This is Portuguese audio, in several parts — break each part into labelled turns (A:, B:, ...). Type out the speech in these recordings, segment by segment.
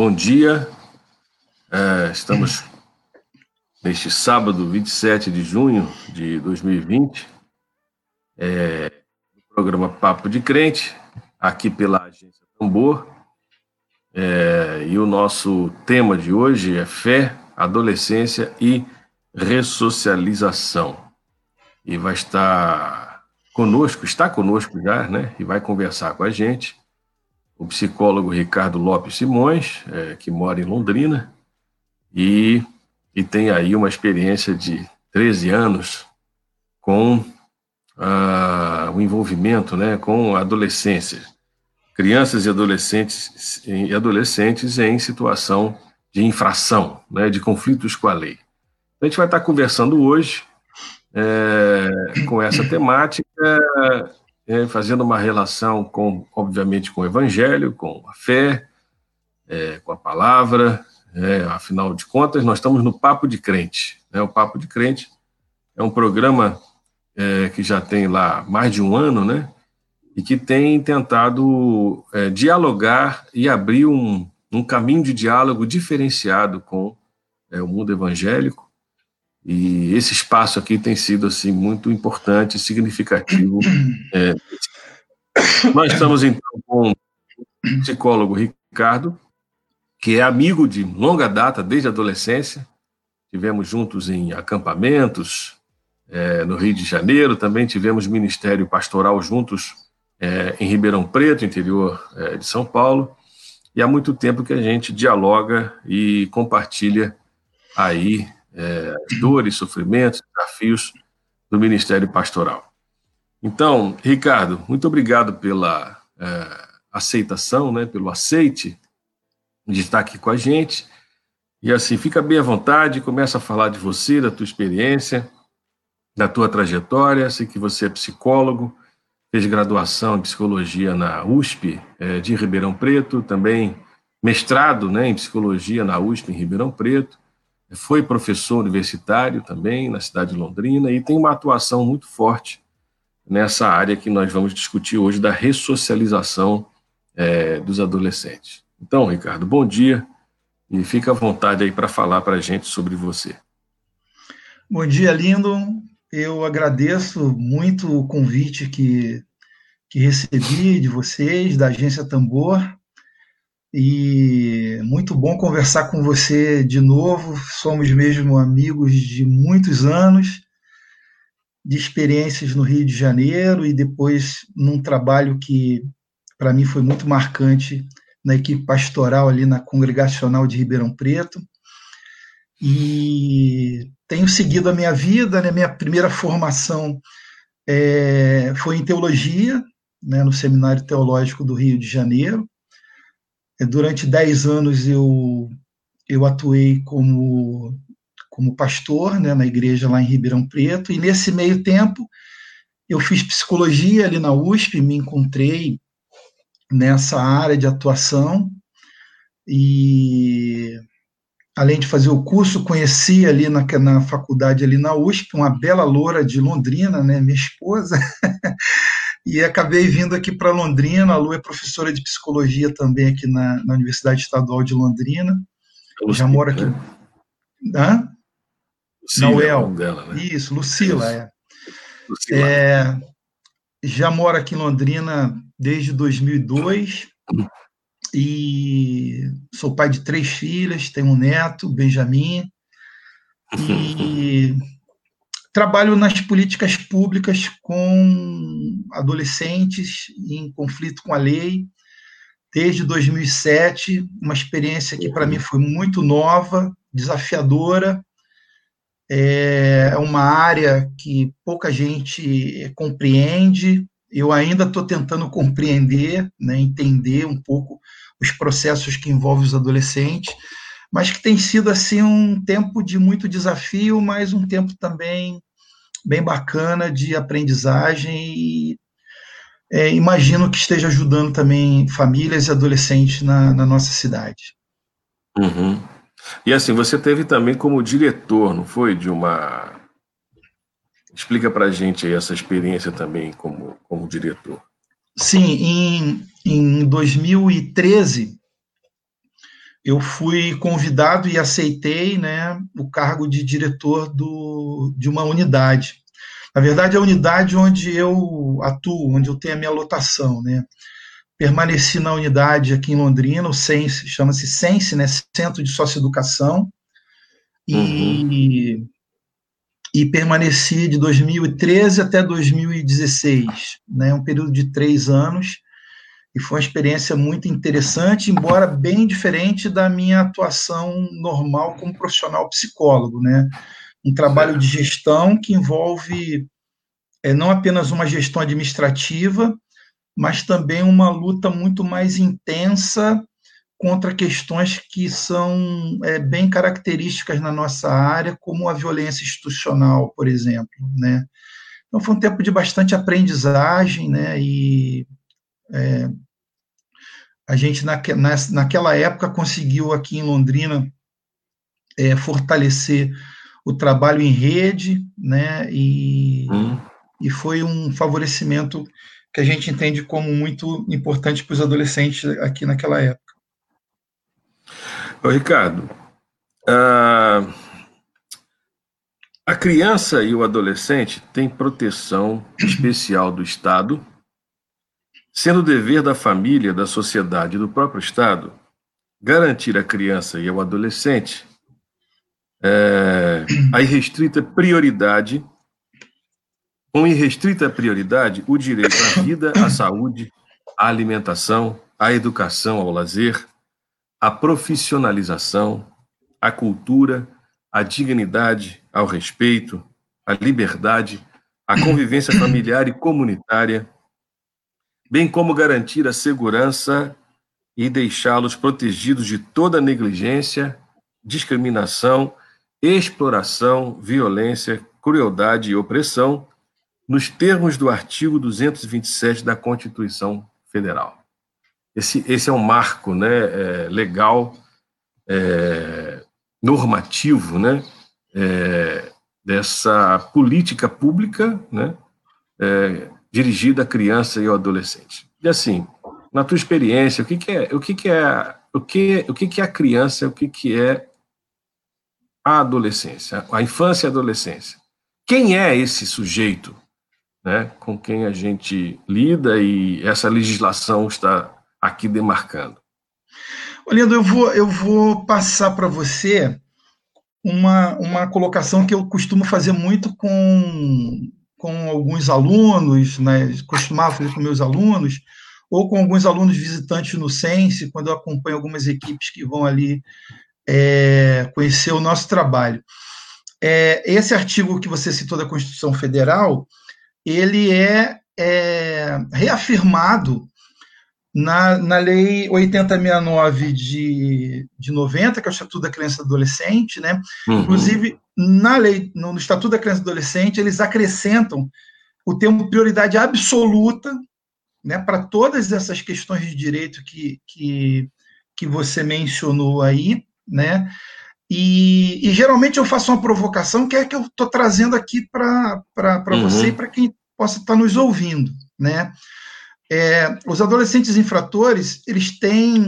A: bom dia. Estamos neste sábado, 27 de junho de 2020, no programa Papo de Crente, aqui pela Agência Tambor. E o nosso tema de hoje é fé, adolescência e ressocialização. E vai estar conosco já, né? E vai conversar com a gente o psicólogo Ricardo Lopes Simões, que mora em Londrina, e tem aí uma experiência de 13 anos com o envolvimento, né, com a adolescência, crianças e adolescentes em situação de infração, né, de conflitos com a lei. A gente vai estar conversando hoje com essa temática, fazendo uma relação obviamente, com o Evangelho, com a fé, com a palavra. Afinal de contas, nós estamos no Papo de Crente. O Papo de Crente é um programa que já tem lá mais de um ano, né? E que tem tentado dialogar e abrir um caminho de diálogo diferenciado com o mundo evangélico. E esse espaço aqui tem sido assim, muito importante e significativo. Nós estamos, então, com o psicólogo Ricardo, que é amigo de longa data, desde a adolescência. Tivemos juntos em acampamentos no Rio de Janeiro, também tivemos ministério pastoral juntos em Ribeirão Preto, interior de São Paulo, e há muito tempo que a gente dialoga e compartilha aí as dores, sofrimentos, desafios do ministério pastoral. Então, Ricardo, muito obrigado pela aceitação, né, pelo aceite de estar aqui com a gente. E assim, fica bem à vontade, começa a falar de você, da tua experiência, da tua trajetória. Sei que você é psicólogo, fez graduação em psicologia na USP de Ribeirão Preto, também mestrado, né, em psicologia na USP em Ribeirão Preto, foi professor universitário também na cidade de Londrina e tem uma atuação muito forte nessa área que nós vamos discutir hoje, da ressocialização dos adolescentes. Então, Ricardo, bom dia e fica à vontade aí para falar para a gente sobre você.
B: Bom dia, Lindo. Eu agradeço muito o convite que recebi de vocês, da Agência Tambor, e muito bom conversar com você de novo. Somos mesmo amigos de muitos anos, de experiências no Rio de Janeiro e depois num trabalho que, para mim, foi muito marcante na equipe pastoral ali na Congregacional de Ribeirão Preto. E tenho seguido a minha vida, né? Minha primeira formação foi em teologia, né, no Seminário Teológico do Rio de Janeiro. Durante 10 anos eu atuei como pastor, né, na igreja lá em Ribeirão Preto, e nesse meio tempo eu fiz psicologia ali na USP, me encontrei nessa área de atuação, e além de fazer o curso, conheci ali na faculdade ali na USP uma bela loura de Londrina, né, minha esposa, e acabei vindo aqui para Londrina. A Lu é professora de psicologia também aqui na Universidade Estadual de Londrina. Já moro aqui.
A: Né?
B: Hã?
A: Lucila, na UEL. Dela, né?
B: Isso, Lucila. Lucila. Já moro aqui em Londrina desde 2002 e sou pai de 3 filhas, tenho um neto, Benjamin, e trabalho nas políticas públicas com adolescentes em conflito com a lei desde 2007, uma experiência que para mim foi muito nova, desafiadora. É uma área que pouca gente compreende. Eu ainda estou tentando compreender, né, entender um pouco os processos que envolvem os adolescentes, mas que tem sido assim um tempo de muito desafio, mas um tempo também bem bacana de aprendizagem, e imagino que esteja ajudando também famílias e adolescentes na nossa cidade.
A: Uhum. E assim, você teve também como diretor, não foi? Explica para a gente aí essa experiência também como diretor.
B: Sim, em 2013, eu fui convidado e aceitei, né, o cargo de diretor de uma unidade. Na verdade, é a unidade onde eu atuo, onde eu tenho a minha lotação, né? Permaneci na unidade aqui em Londrina, o SENSE, chama-se SENSE, né, Centro de Socioeducação, e permaneci de 2013 até 2016, né, um período de 3 anos, e foi uma experiência muito interessante, embora bem diferente da minha atuação normal como profissional psicólogo, né? Um trabalho de gestão que envolve não apenas uma gestão administrativa, mas também uma luta muito mais intensa contra questões que são bem características na nossa área, como a violência institucional, por exemplo, né? Então foi um tempo de bastante aprendizagem, né? E a gente naquela época conseguiu aqui em Londrina fortalecer o trabalho em rede, né? E foi um favorecimento que a gente entende como muito importante para os adolescentes aqui naquela época.
A: Ô, Ricardo, a criança e o adolescente têm proteção especial do Estado, sendo dever da família, da sociedade e do próprio Estado garantir à criança e ao adolescente com irrestrita prioridade, o direito à vida, à saúde, à alimentação, à educação, ao lazer, à profissionalização, à cultura, à dignidade, ao respeito, à liberdade, à convivência familiar e comunitária, bem como garantir a segurança e deixá-los protegidos de toda negligência, discriminação, exploração, violência, crueldade e opressão, nos termos do artigo 227 da Constituição Federal. Esse é um marco, né, legal, normativo, né, dessa política pública, né, dirigida à criança e ao adolescente. E assim, na tua experiência, o que é a criança, o que é a adolescência, a infância e a adolescência? Quem é esse sujeito, né, com quem a gente lida e essa legislação está aqui demarcando?
B: Lindo, eu vou passar para você uma colocação que eu costumo fazer muito com alguns alunos, né, costumava fazer com meus alunos, ou com alguns alunos visitantes no SENSE, quando eu acompanho algumas equipes que vão ali conhecer o nosso trabalho. Esse artigo que você citou da Constituição Federal, ele é reafirmado na Lei 8069 de 90, que é o Estatuto da Criança e do Adolescente, né? Inclusive, no Estatuto da Criança e do Adolescente, eles acrescentam o termo prioridade absoluta, né, para todas essas questões de direito que você mencionou aí, né? E geralmente eu faço uma provocação que é que eu estou trazendo aqui para você e para quem possa estar nos ouvindo, né? Os adolescentes infratores, eles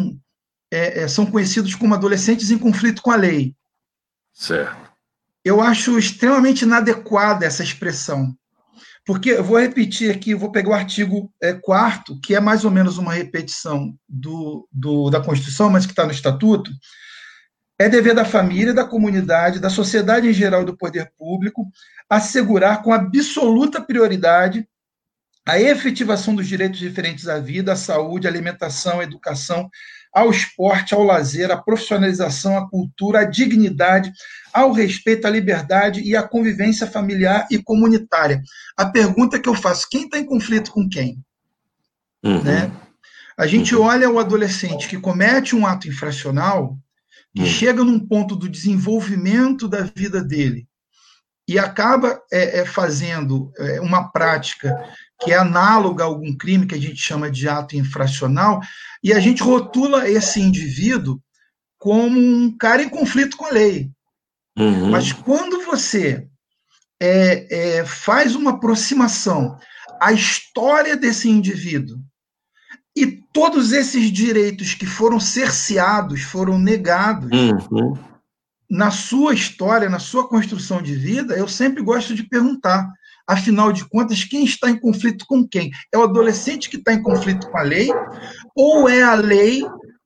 B: são conhecidos como adolescentes em conflito com a lei.
A: Certo.
B: Eu acho extremamente inadequada essa expressão, porque eu vou repetir aqui, eu vou pegar o artigo 4º, que é mais ou menos uma repetição da Constituição, mas que está no Estatuto. É dever da família, da comunidade, da sociedade em geral e do poder público assegurar com absoluta prioridade a efetivação dos direitos referentes à vida, à saúde, à alimentação, à educação, ao esporte, ao lazer, à profissionalização, à cultura, à dignidade, ao respeito, à liberdade e à convivência familiar e comunitária. A pergunta que eu faço, quem está em conflito com quem? Né? A gente olha o adolescente que comete um ato infracional, que chega num ponto do desenvolvimento da vida dele e acaba fazendo uma prática que é análoga a algum crime que a gente chama de ato infracional, e a gente rotula esse indivíduo como um cara em conflito com a lei. Mas quando você faz uma aproximação à história desse indivíduo E todos esses direitos que foram cerceados, foram negados na sua história, na sua construção de vida, eu sempre gosto de perguntar, afinal de contas, quem está em conflito com quem? É o adolescente que está em conflito com a lei, ou é a lei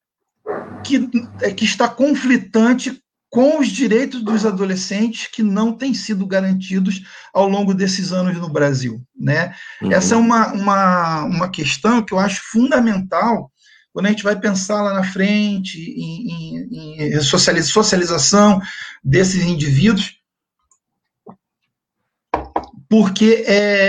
B: que está conflitante com os direitos dos adolescentes que não têm sido garantidos ao longo desses anos no Brasil, né? Essa é uma questão que eu acho fundamental quando a gente vai pensar lá na frente em socialização desses indivíduos, porque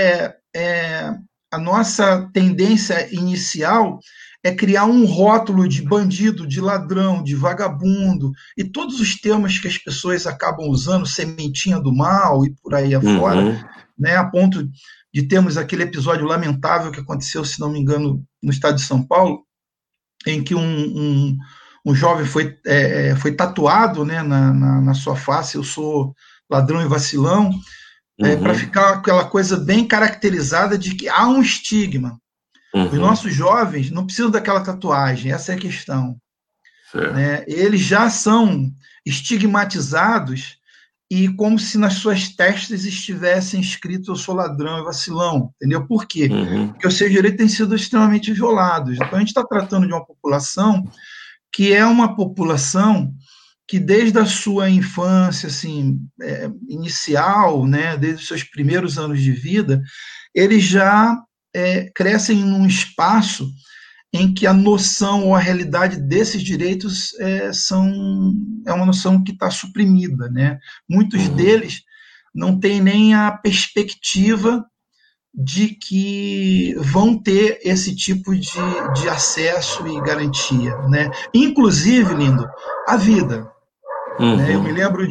B: a nossa tendência inicial é criar um rótulo de bandido, de ladrão, de vagabundo, e todos os termos que as pessoas acabam usando, sementinha do mal e por aí afora, né, a ponto de termos aquele episódio lamentável que aconteceu, se não me engano, no estado de São Paulo, em que um jovem foi tatuado, né, na sua face, eu sou ladrão e vacilão, para ficar aquela coisa bem caracterizada de que há um estigma. Os nossos jovens não precisam daquela tatuagem, essa é a questão. Né? Eles já são estigmatizados e como se nas suas testes estivessem escrito eu sou ladrão e vacilão, entendeu? Por quê? Porque os seus direitos têm sido extremamente violados. Então a gente está tratando de uma população que é uma população que desde a sua infância assim, inicial, né, desde os seus primeiros anos de vida, eles já crescem num espaço em que a noção ou a realidade desses direitos é uma noção que está suprimida, né? Muitos deles não têm nem a perspectiva de que vão ter esse tipo de acesso e garantia, né? Inclusive, Lindo, a vida. Né? Eu me lembro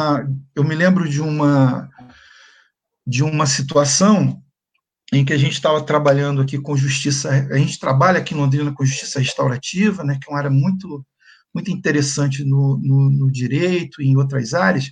B: de uma situação em que a gente estava trabalhando aqui com justiça, a gente trabalha aqui em Londrina com justiça restaurativa, né, que é uma área muito, muito interessante no direito e em outras áreas,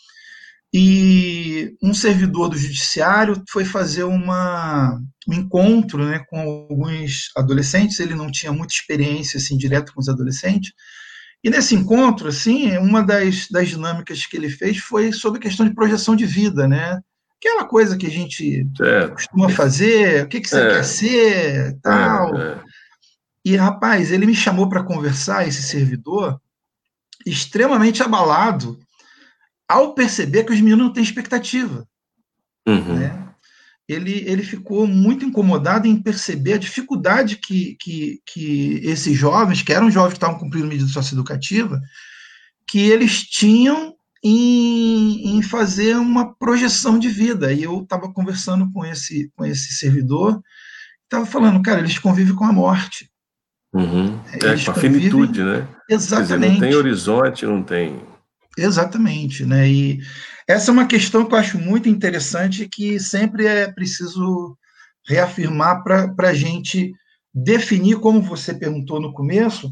B: e um servidor do judiciário foi fazer um encontro, né, com alguns adolescentes, ele não tinha muita experiência assim, direto com os adolescentes, e nesse encontro, assim, uma das dinâmicas que ele fez foi sobre a questão de projeção de vida, né, aquela coisa que a gente costuma fazer, o que você quer ser, tal. E, rapaz, ele me chamou para conversar, esse servidor, extremamente abalado, ao perceber que os meninos não têm expectativa. Né? Ele ficou muito incomodado em perceber a dificuldade que esses jovens, que eram jovens que estavam cumprindo medida socioeducativa, que eles tinham em fazer uma projeção de vida. E eu estava conversando com esse servidor, estava falando, cara, eles convivem com a morte.
A: Com a finitude, né?
B: Exatamente.
A: Quer dizer, não tem horizonte, não tem...
B: Exatamente, né? E essa é uma questão que eu acho muito interessante, que sempre é preciso reafirmar para a gente definir, como você perguntou no começo,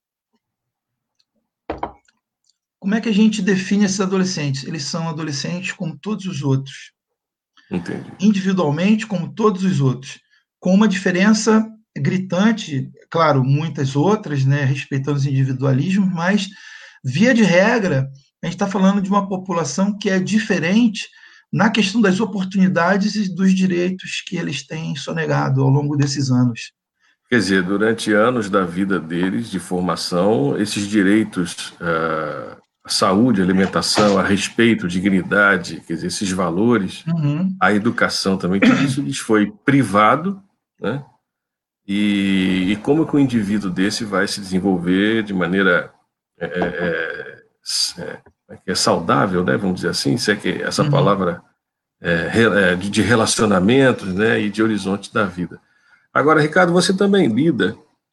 B: como é que a gente define esses adolescentes? Eles são adolescentes como todos os outros.
A: Entendi.
B: Individualmente, como todos os outros. Com uma diferença gritante, claro, muitas outras, né, respeitando os individualismos, mas, via de regra, a gente está falando de uma população que é diferente na questão das oportunidades e dos direitos que eles têm sonegado ao longo desses anos.
A: Quer dizer, durante anos da vida deles, de formação, esses direitos... a saúde, a alimentação, a respeito, dignidade, quer dizer, esses valores, a educação também, tudo isso lhes foi privado, né? E como que o indivíduo desse vai se desenvolver de maneira saudável, né? Vamos dizer assim, se é que essa palavra de relacionamentos, né? E de horizonte da vida. Agora, Ricardo, você também lida...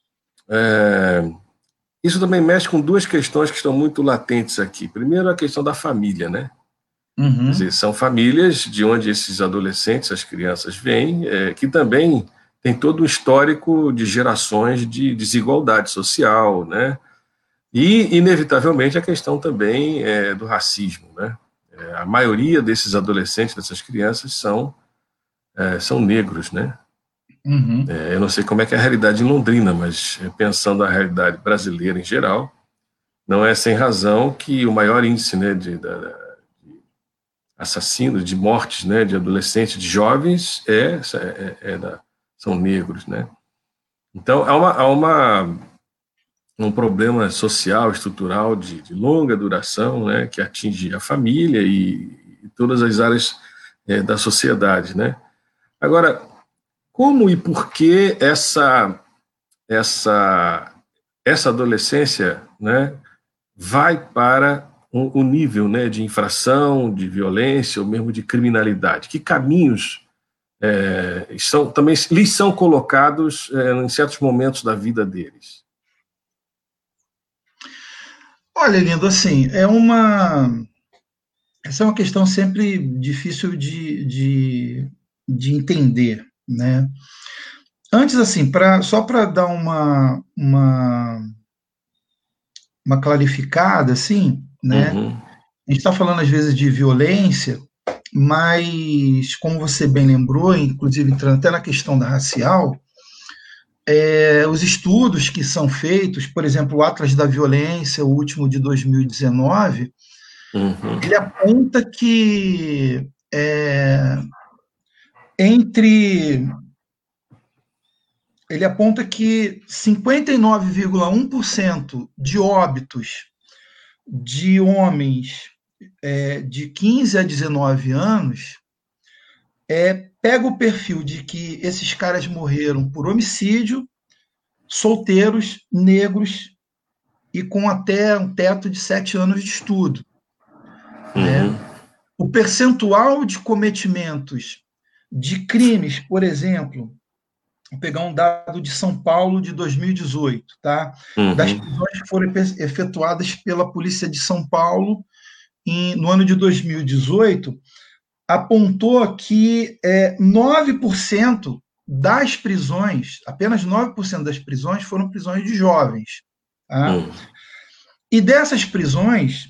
A: Isso também mexe com duas questões que estão muito latentes aqui. Primeiro, a questão da família, né? Quer dizer, são famílias de onde esses adolescentes, as crianças vêm, que também tem todo um histórico de gerações de desigualdade social, né? E, inevitavelmente, a questão também do racismo, né? A maioria desses adolescentes, dessas crianças, são negros, né?
B: Uhum.
A: Eu não sei como é que é a realidade em Londrina, mas pensando a realidade brasileira em geral, não é sem razão que o maior índice, né, de assassinos, de mortes, né, de adolescentes, de jovens, são negros, né? Então, há um problema social, estrutural, de longa duração, né, que atinge a família e todas as áreas da sociedade, né? Agora, como e por que essa adolescência, né, vai para um nível, né, de infração, de violência ou mesmo de criminalidade? Que caminhos também lhes são colocados em certos momentos da vida deles?
B: Olha, Lindo, assim, essa é uma questão sempre difícil de entender, né? Antes, assim, só para dar uma clarificada, assim, né?
A: Uhum.
B: A gente está falando às vezes de violência, mas como você bem lembrou, inclusive entrando até na questão da racial, os estudos que são feitos, por exemplo, o Atlas da Violência, o último de 2019,
A: Uhum.
B: ele aponta que entre ele aponta que 59,1% de óbitos de homens de 15 a 19 anos pega o perfil de que esses caras morreram por homicídio, solteiros, negros e com até um teto de 7 anos de estudo, né?
A: Uhum.
B: O percentual de cometimentos de crimes, por exemplo, vou pegar um dado de São Paulo de 2018, tá? Das
A: Uhum.
B: prisões que foram efetuadas pela Polícia de São Paulo no ano de 2018, apontou que 9% das prisões, apenas 9% das prisões foram prisões de jovens. Tá?
A: Uhum.
B: E dessas prisões,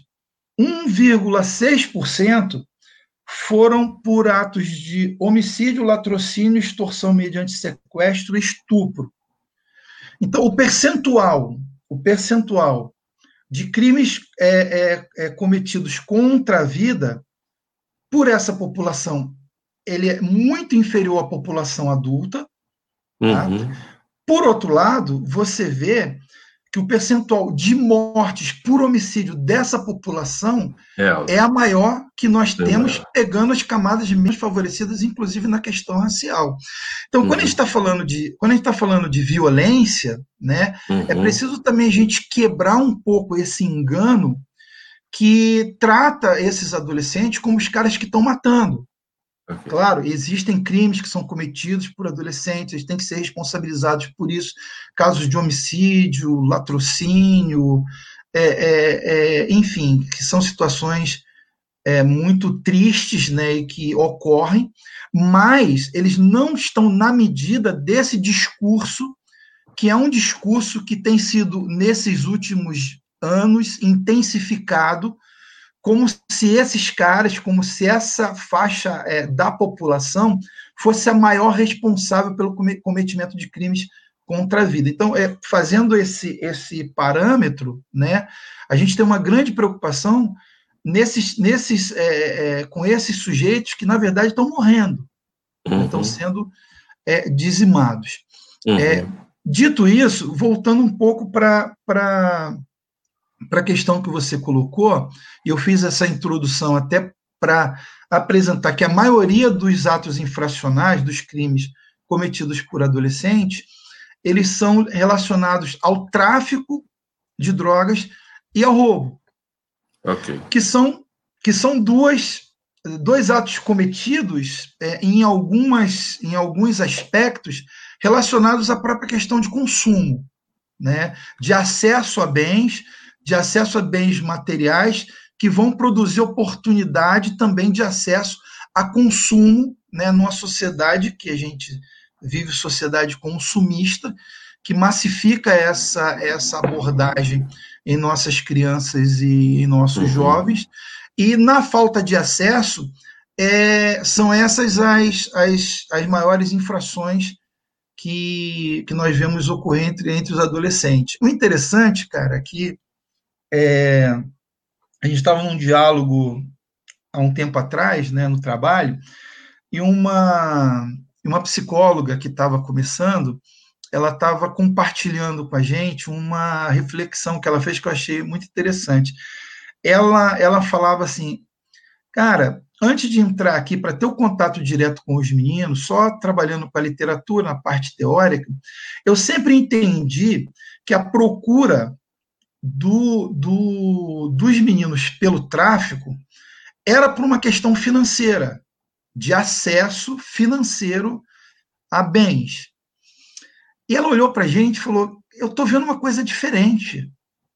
B: 1,6% foram por atos de homicídio, latrocínio, extorsão mediante sequestro e estupro. Então, o percentual de crimes cometidos contra a vida por essa população, ele é muito inferior à população adulta. Tá?
A: Uhum.
B: Por outro lado, você vê que o percentual de mortes por homicídio dessa população é a maior que nós temos, pegando as camadas menos favorecidas, inclusive na questão racial. Então, quando a gente está falando de violência, né, é preciso também a gente quebrar um pouco esse engano que trata esses adolescentes como os caras que estão matando. Claro, existem crimes que são cometidos por adolescentes, eles têm que ser responsabilizados por isso, casos de homicídio, latrocínio, enfim, que são situações muito tristes, né, e que ocorrem, mas eles não estão na medida desse discurso, que é um discurso que tem sido, nesses últimos anos, intensificado, como se esses caras, como se essa faixa da população fosse a maior responsável pelo cometimento de crimes contra a vida. Então, fazendo esse parâmetro, né, a gente tem uma grande preocupação com esses sujeitos que, na verdade, estão morrendo, estão sendo dizimados. Dito isso, voltando um pouco para a questão que você colocou, eu fiz essa introdução até para apresentar que a maioria dos atos infracionais, dos crimes cometidos por adolescentes, eles são relacionados ao tráfico de drogas e ao roubo, que são dois atos cometidos em alguns aspectos relacionados à própria questão de consumo, né, de acesso a bens materiais que vão produzir oportunidade também de acesso a consumo, né, numa sociedade que a gente vive, sociedade consumista, que massifica essa abordagem em nossas crianças e em nossos jovens, e na falta de acesso, são essas as maiores infrações que nós vemos ocorrer entre os adolescentes. O interessante, cara, é que a gente estava num diálogo há um tempo atrás, né, no trabalho, e uma psicóloga que estava começando, ela estava compartilhando com a gente uma reflexão que ela fez que eu achei muito interessante. Ela falava assim, cara, antes de entrar aqui para ter o contato direto com os meninos, só trabalhando com a literatura, na parte teórica, eu sempre entendi que a procura dos meninos pelo tráfico era por uma questão financeira, de acesso financeiro a bens. E ela olhou para a gente e falou, eu estou vendo uma coisa diferente.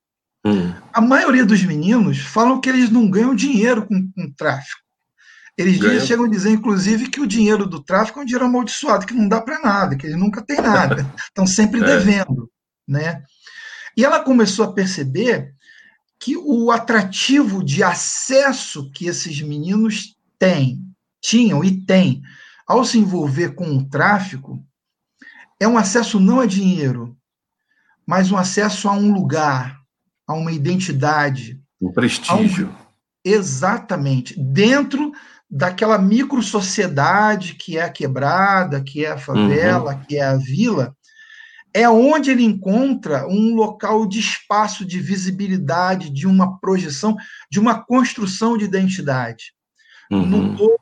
B: A maioria dos meninos falam que eles não ganham dinheiro com tráfico. Eles chegam a dizer, inclusive, que o dinheiro do tráfico é um dinheiro amaldiçoado, que não dá para nada, que eles nunca têm nada, estão sempre devendo, né? E ela começou a perceber que o atrativo de acesso que esses meninos tinham e têm ao se envolver com o tráfico é um acesso não a dinheiro, mas um acesso a um lugar, a uma identidade.
A: Um prestígio.
B: Exatamente. Dentro daquela micro-sociedade que é a quebrada, que é a favela, que é a vila, é onde ele encontra um local de espaço, de visibilidade, de uma projeção, de uma construção de identidade. Não estou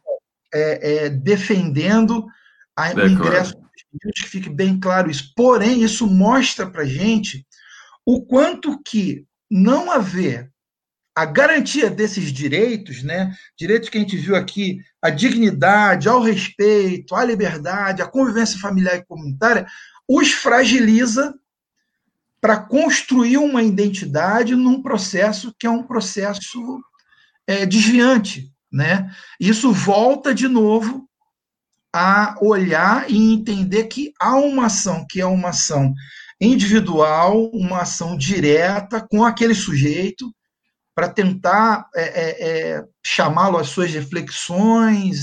B: defendendo o ingresso dos meninos, que fique bem claro isso. Porém, isso mostra para a gente o quanto que não haver a garantia desses direitos, né? Direitos que a gente viu aqui, a dignidade, ao respeito, à liberdade, à convivência familiar e comunitária, os fragiliza para construir uma identidade num processo que é um processo desviante, né? Isso volta de novo a olhar e entender que há uma ação que é uma ação individual, uma ação direta com aquele sujeito, para tentar chamá-lo às suas reflexões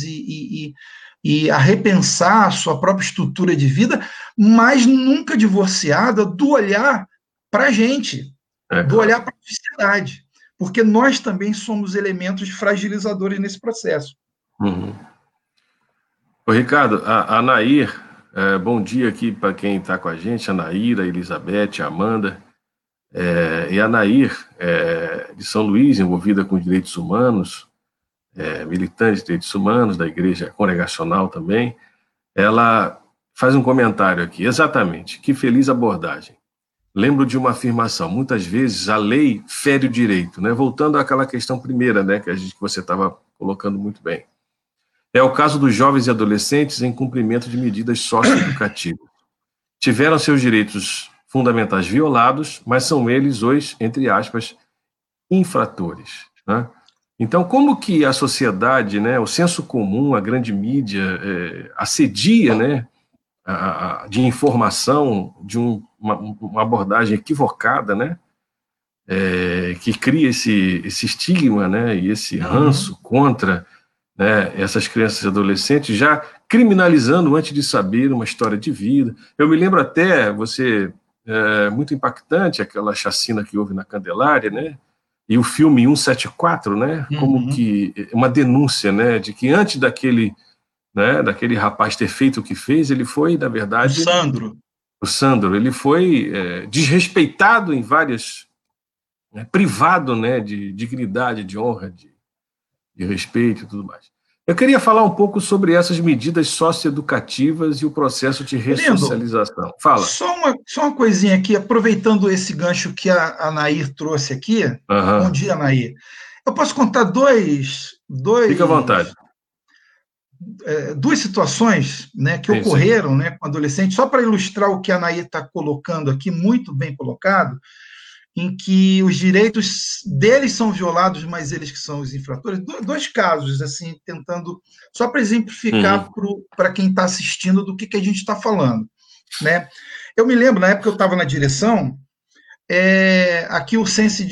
B: e a repensar a sua própria estrutura de vida, mas nunca divorciada do olhar para a gente, do olhar para a sociedade, porque nós também somos elementos fragilizadores nesse processo.
A: Ô, Ricardo, a Nair, bom dia aqui para quem está com a gente, a Nair, a Elizabeth, a Amanda. E a Nair, de São Luís, envolvida com direitos humanos, militante de direitos humanos, da Igreja Congregacional também, ela faz um comentário aqui, exatamente, que feliz abordagem. Lembro de uma afirmação, muitas vezes a lei fere o direito, né? Voltando àquela questão primeira, né, que você estava colocando muito bem. É o caso dos jovens e adolescentes em cumprimento de medidas socioeducativas. Tiveram seus direitos fundamentais violados, mas são eles os, entre aspas, infratores, né? Então, como que a sociedade, né, o senso comum, a grande mídia, assedia, né, de informação, de uma abordagem equivocada, né, que cria esse estigma, né, e esse ranço contra, né, essas crianças e adolescentes, já criminalizando antes de saber uma história de vida. Eu me lembro até, muito impactante aquela chacina que houve na Candelária, né? E o filme 174, né? Como que uma denúncia, né? De que antes daquele rapaz ter feito o que fez, ele foi, na verdade, o Sandro, ele foi desrespeitado em várias, privado, né? De dignidade, de honra, de respeito e tudo mais. Eu queria falar um pouco sobre essas medidas socioeducativas e o processo de ressocialização. Fala.
B: Só uma coisinha aqui, aproveitando esse gancho que a Nair trouxe aqui. Bom dia, Nair. Eu posso contar
A: Fica à vontade.
B: Duas situações, né, que ocorreram, né, com adolescentes, só para ilustrar o que a Nair está colocando aqui, muito bem colocado, em que os direitos deles são violados, mas eles que são os infratores. Dois casos, assim, tentando, só para exemplificar para quem está assistindo do que a gente está falando, né? Eu me lembro, na época que eu estava na direção, aqui o Sense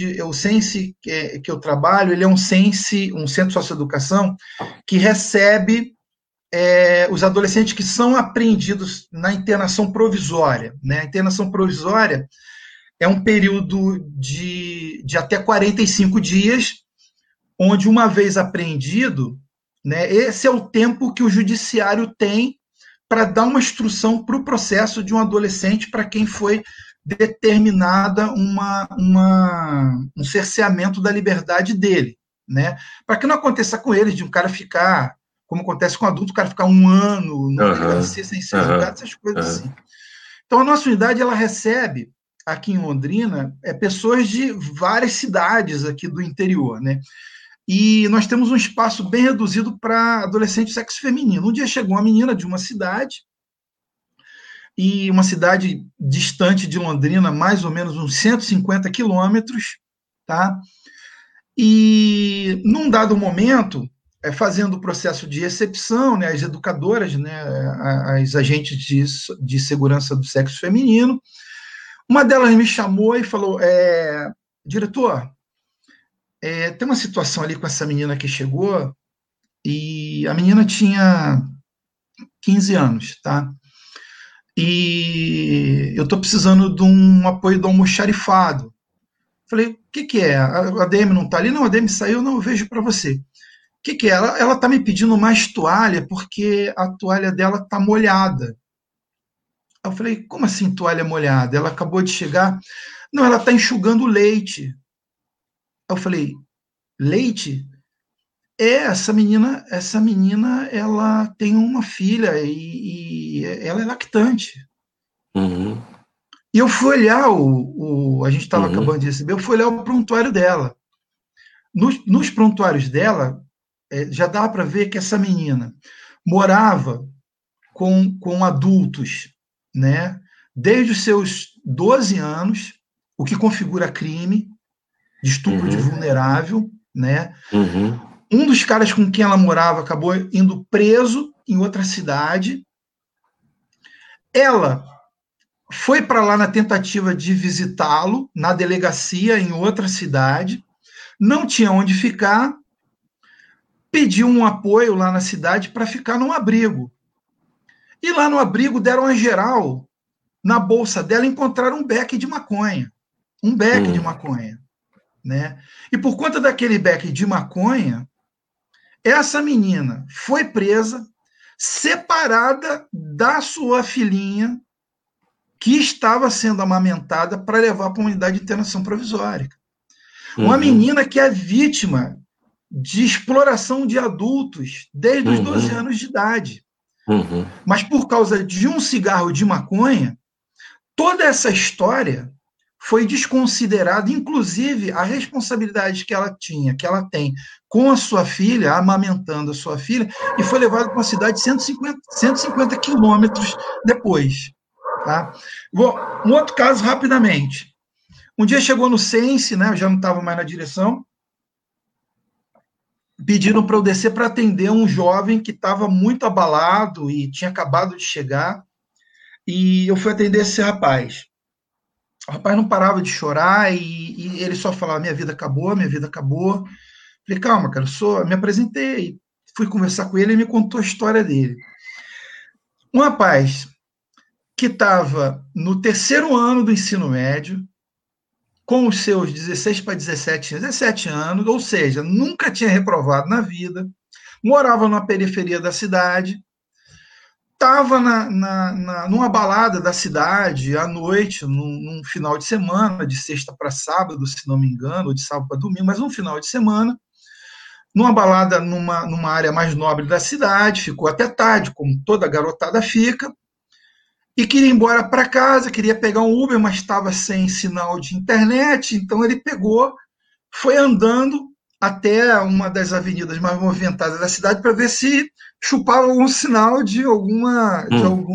B: que eu trabalho, ele é um Sense, um centro de socioeducação, que recebe os adolescentes que são apreendidos na internação provisória. Né? A internação provisória é um período de até 45 dias, onde, uma vez apreendido, né, esse é o tempo que o judiciário tem para dar uma instrução para o processo de um adolescente para quem foi determinada um cerceamento da liberdade dele. Né? Para que não aconteça com eles de um cara ficar, como acontece com adulto, o cara ficar um ano no delegacia sem ser julgado, essas coisas assim. Então, a nossa unidade ela recebe, aqui em Londrina, pessoas de várias cidades aqui do interior, né? E nós temos um espaço bem reduzido para adolescente de sexo feminino. Um dia chegou uma menina de uma cidade distante de Londrina, mais ou menos uns 150 quilômetros, tá? E, num dado momento, fazendo o processo de recepção, né, as educadoras, né, as agentes de segurança do sexo feminino, uma delas me chamou e falou, diretor, tem uma situação ali com essa menina que chegou, e a menina tinha 15 anos, tá? E eu estou precisando de um apoio do almoxarifado. Falei, o que é? A DM não está ali? Não, a DM saiu, não, eu vejo para você. O que é? Ela está me pedindo mais toalha, porque a toalha dela está molhada. Eu falei, como assim toalha molhada? Ela acabou de chegar. Não, ela está enxugando leite. Eu falei, leite? Essa menina, ela tem uma filha e ela é lactante.
A: Uhum.
B: E eu fui olhar a gente estava acabando de receber, eu fui olhar o prontuário dela. Nos prontuários dela, já dava para ver que essa menina morava com adultos, né? Desde os seus 12 anos, o que configura crime de estupro de vulnerável, né? Um dos caras com quem ela morava acabou indo preso em outra cidade. Ela foi para lá na tentativa de visitá-lo, na delegacia em outra cidade, não tinha onde ficar, pediu um apoio lá na cidade para ficar num abrigo. E lá no abrigo deram a geral, na bolsa dela encontraram um beck de maconha. Um beck de maconha. Né? E por conta daquele beck de maconha, essa menina foi presa, separada da sua filhinha, que estava sendo amamentada para levar para uma unidade de internação provisória. Uma menina que é vítima de exploração de adultos desde os 12 anos de idade. Mas por causa de um cigarro de maconha, toda essa história foi desconsiderada, inclusive a responsabilidade que ela tem com a sua filha, amamentando a sua filha, e foi levada para uma cidade 150 quilômetros depois. Tá? Um outro caso, rapidamente. Um dia chegou no Sense, né, eu já não estava mais na direção, pediram para eu descer para atender um jovem que estava muito abalado e tinha acabado de chegar, e eu fui atender esse rapaz. O rapaz não parava de chorar e ele só falava, minha vida acabou, minha vida acabou. Falei, calma, cara, me apresentei, fui conversar com ele e me contou a história dele. Um rapaz que estava no 3º ano do ensino médio, com os seus 16 para 17 anos, ou seja, nunca tinha reprovado na vida, morava na periferia da cidade, estava numa balada da cidade à noite, num final de semana, de sexta para sábado, se não me engano, ou de sábado para domingo, mas um final de semana, numa balada numa área mais nobre da cidade, ficou até tarde, como toda garotada fica, e queria ir embora para casa, queria pegar um Uber, mas estava sem sinal de internet, então ele foi andando até uma das avenidas mais movimentadas da cidade para ver se chupava algum sinal de alguma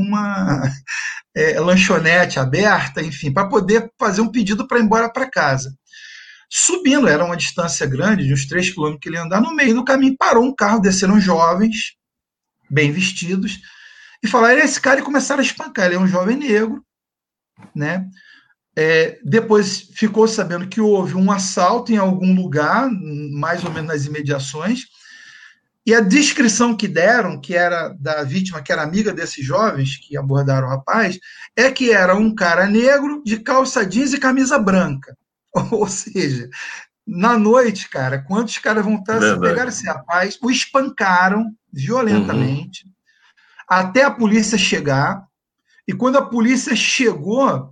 B: lanchonete aberta, enfim, para poder fazer um pedido para ir embora para casa. Subindo, era uma distância grande, de uns 3 quilômetros que ele ia andar, no meio do caminho parou um carro, desceram jovens, bem vestidos, e falaram, esse cara, e começaram a espancar. Ele é um jovem negro, né? Depois ficou sabendo que houve um assalto em algum lugar, mais ou menos nas imediações, E a descrição que deram, que era da vítima, que era amiga desses jovens que abordaram o rapaz, é que era um cara negro de calça jeans e camisa branca. Ou seja, na noite, cara, quantos caras vão estar se pegar esse rapaz, o espancaram violentamente, até a polícia chegar, e quando a polícia chegou,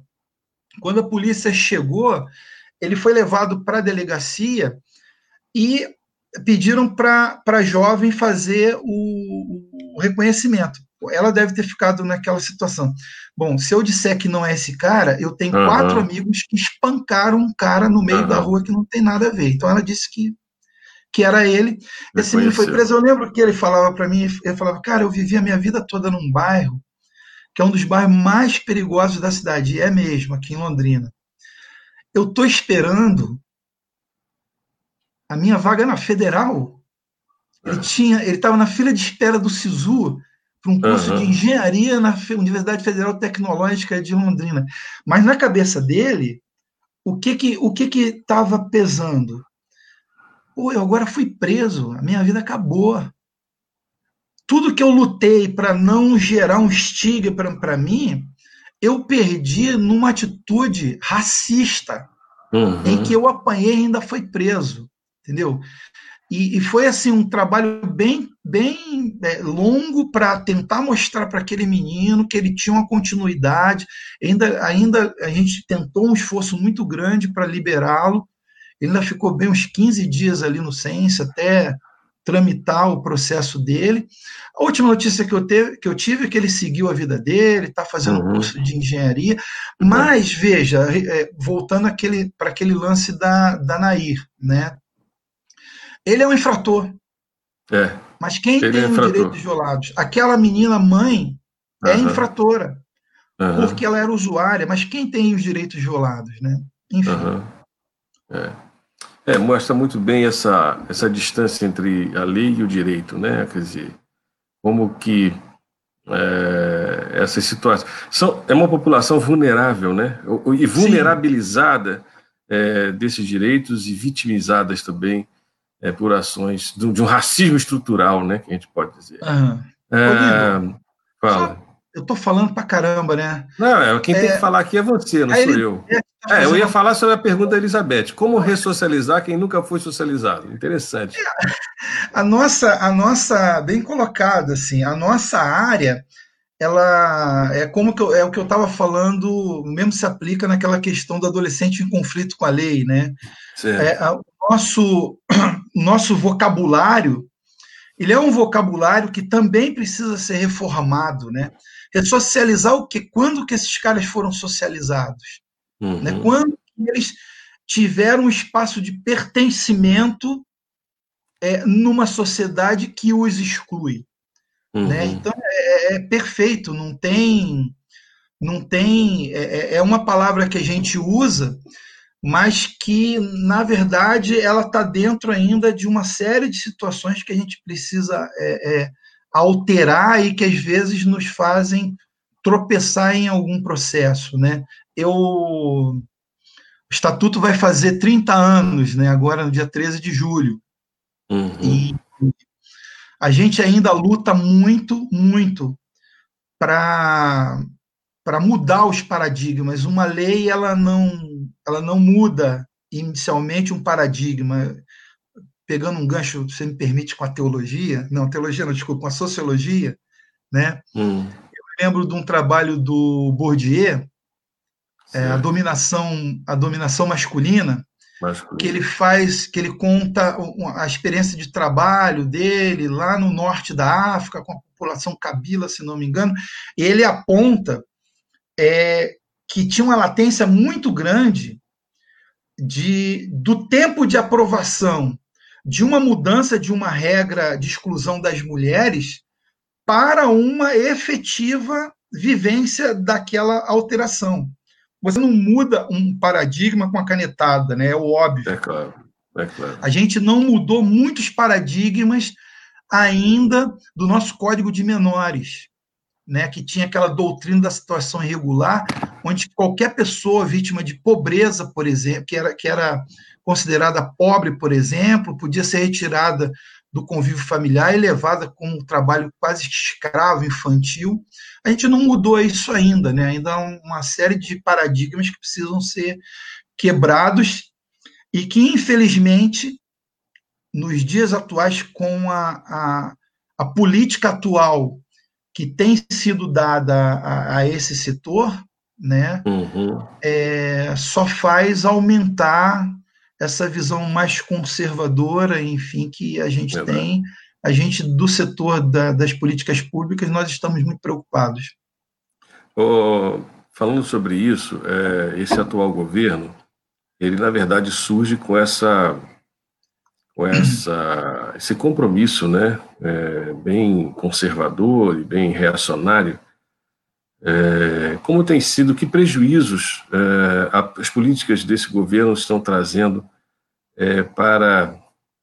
B: ele foi levado para a delegacia e pediram para a jovem fazer o reconhecimento. Ela deve ter ficado naquela situação. Bom, se eu disser que não é esse cara, eu tenho 4 amigos que espancaram um cara no meio da rua que não tem nada a ver. Então ela disse que era ele. Esse menino foi preso. Eu lembro que ele falava para mim, ele falava, cara, eu vivi a minha vida toda num bairro que é um dos bairros mais perigosos da cidade. E é mesmo, aqui em Londrina. Eu estou esperando a minha vaga na Federal. Ele estava na fila de espera do SISU para um curso de engenharia na Universidade Federal Tecnológica de Londrina. Mas na cabeça dele, o que estava pesando? Pô, eu agora fui preso, a minha vida acabou. Tudo que eu lutei para não gerar um estigma para mim, eu perdi numa atitude racista, em que eu apanhei e ainda fui preso, entendeu? E foi assim um trabalho bem longo para tentar mostrar para aquele menino que ele tinha uma continuidade. Ainda a gente tentou um esforço muito grande para liberá-lo. Ele ainda ficou bem uns 15 dias ali no SENSE até tramitar o processo dele. A última notícia que eu tive é que ele seguiu a vida dele, está fazendo curso de engenharia, mas, veja, voltando para aquele lance da Nair, né? Ele é um infrator. Mas quem tem os direitos violados? Aquela menina mãe é infratora, porque ela era usuária, mas quem tem os direitos violados, né? Enfim.
A: Mostra muito bem essa distância entre a lei e o direito, né? Quer dizer, como que essas situações... É uma população vulnerável, né? E vulnerabilizada desses direitos e vitimizadas também por ações de um racismo estrutural, né? Que a gente pode dizer.
B: Fala. Eu estou falando pra caramba, né?
A: Não, quem tem que falar aqui é você, não sou eu. Eu ia falar sobre a pergunta da Elizabeth. Como ressocializar quem nunca foi socializado? Interessante.
B: A nossa, bem colocado, assim, a nossa área, ela é como o que eu estava falando, mesmo se aplica naquela questão do adolescente em conflito com a lei, né? O nosso vocabulário, ele é um vocabulário que também precisa ser reformado, né? Ressocializar o quê? Quando que esses caras foram socializados? Né? Quando eles tiveram um espaço de pertencimento numa sociedade que os exclui. Né? Então, é perfeito, não tem... É uma palavra que a gente usa, mas que, na verdade, ela está dentro ainda de uma série de situações que a gente precisa alterar e que, às vezes, nos fazem tropeçar em algum processo, né? O Estatuto vai fazer 30 anos, né? Agora, no dia 13 de julho. E a gente ainda luta muito, muito para mudar os paradigmas. Uma lei, ela não muda inicialmente um paradigma. Pegando um gancho, se me permite, com a teologia, desculpa, com a sociologia, né? Eu lembro de um trabalho do Bourdieu, a dominação masculina, que ele conta a experiência de trabalho dele lá no norte da África, com a população Kabila, se não me engano, e ele aponta que tinha uma latência muito grande do tempo de aprovação de uma mudança de uma regra de exclusão das mulheres para uma efetiva vivência daquela alteração. Você não muda um paradigma com a canetada, né? É o óbvio.
A: É claro.
B: A gente não mudou muitos paradigmas ainda do nosso Código de Menores, né? Que tinha aquela doutrina da situação irregular, onde qualquer pessoa vítima de pobreza, por exemplo, que era considerada pobre, por exemplo, podia ser retirada do convívio familiar é levada com um trabalho quase escravo, infantil. A gente não mudou isso ainda, né? Ainda há uma série de paradigmas que precisam ser quebrados e que, infelizmente, nos dias atuais, com a política atual que tem sido dada a esse setor, né, só faz aumentar essa visão mais conservadora, enfim, que a gente tem. A gente, do setor das políticas públicas, nós estamos muito preocupados.
A: Falando sobre isso, esse atual governo, ele, na verdade, surge com esse compromisso, né, bem conservador e bem reacionário. Como tem sido, que prejuízos as políticas desse governo estão trazendo para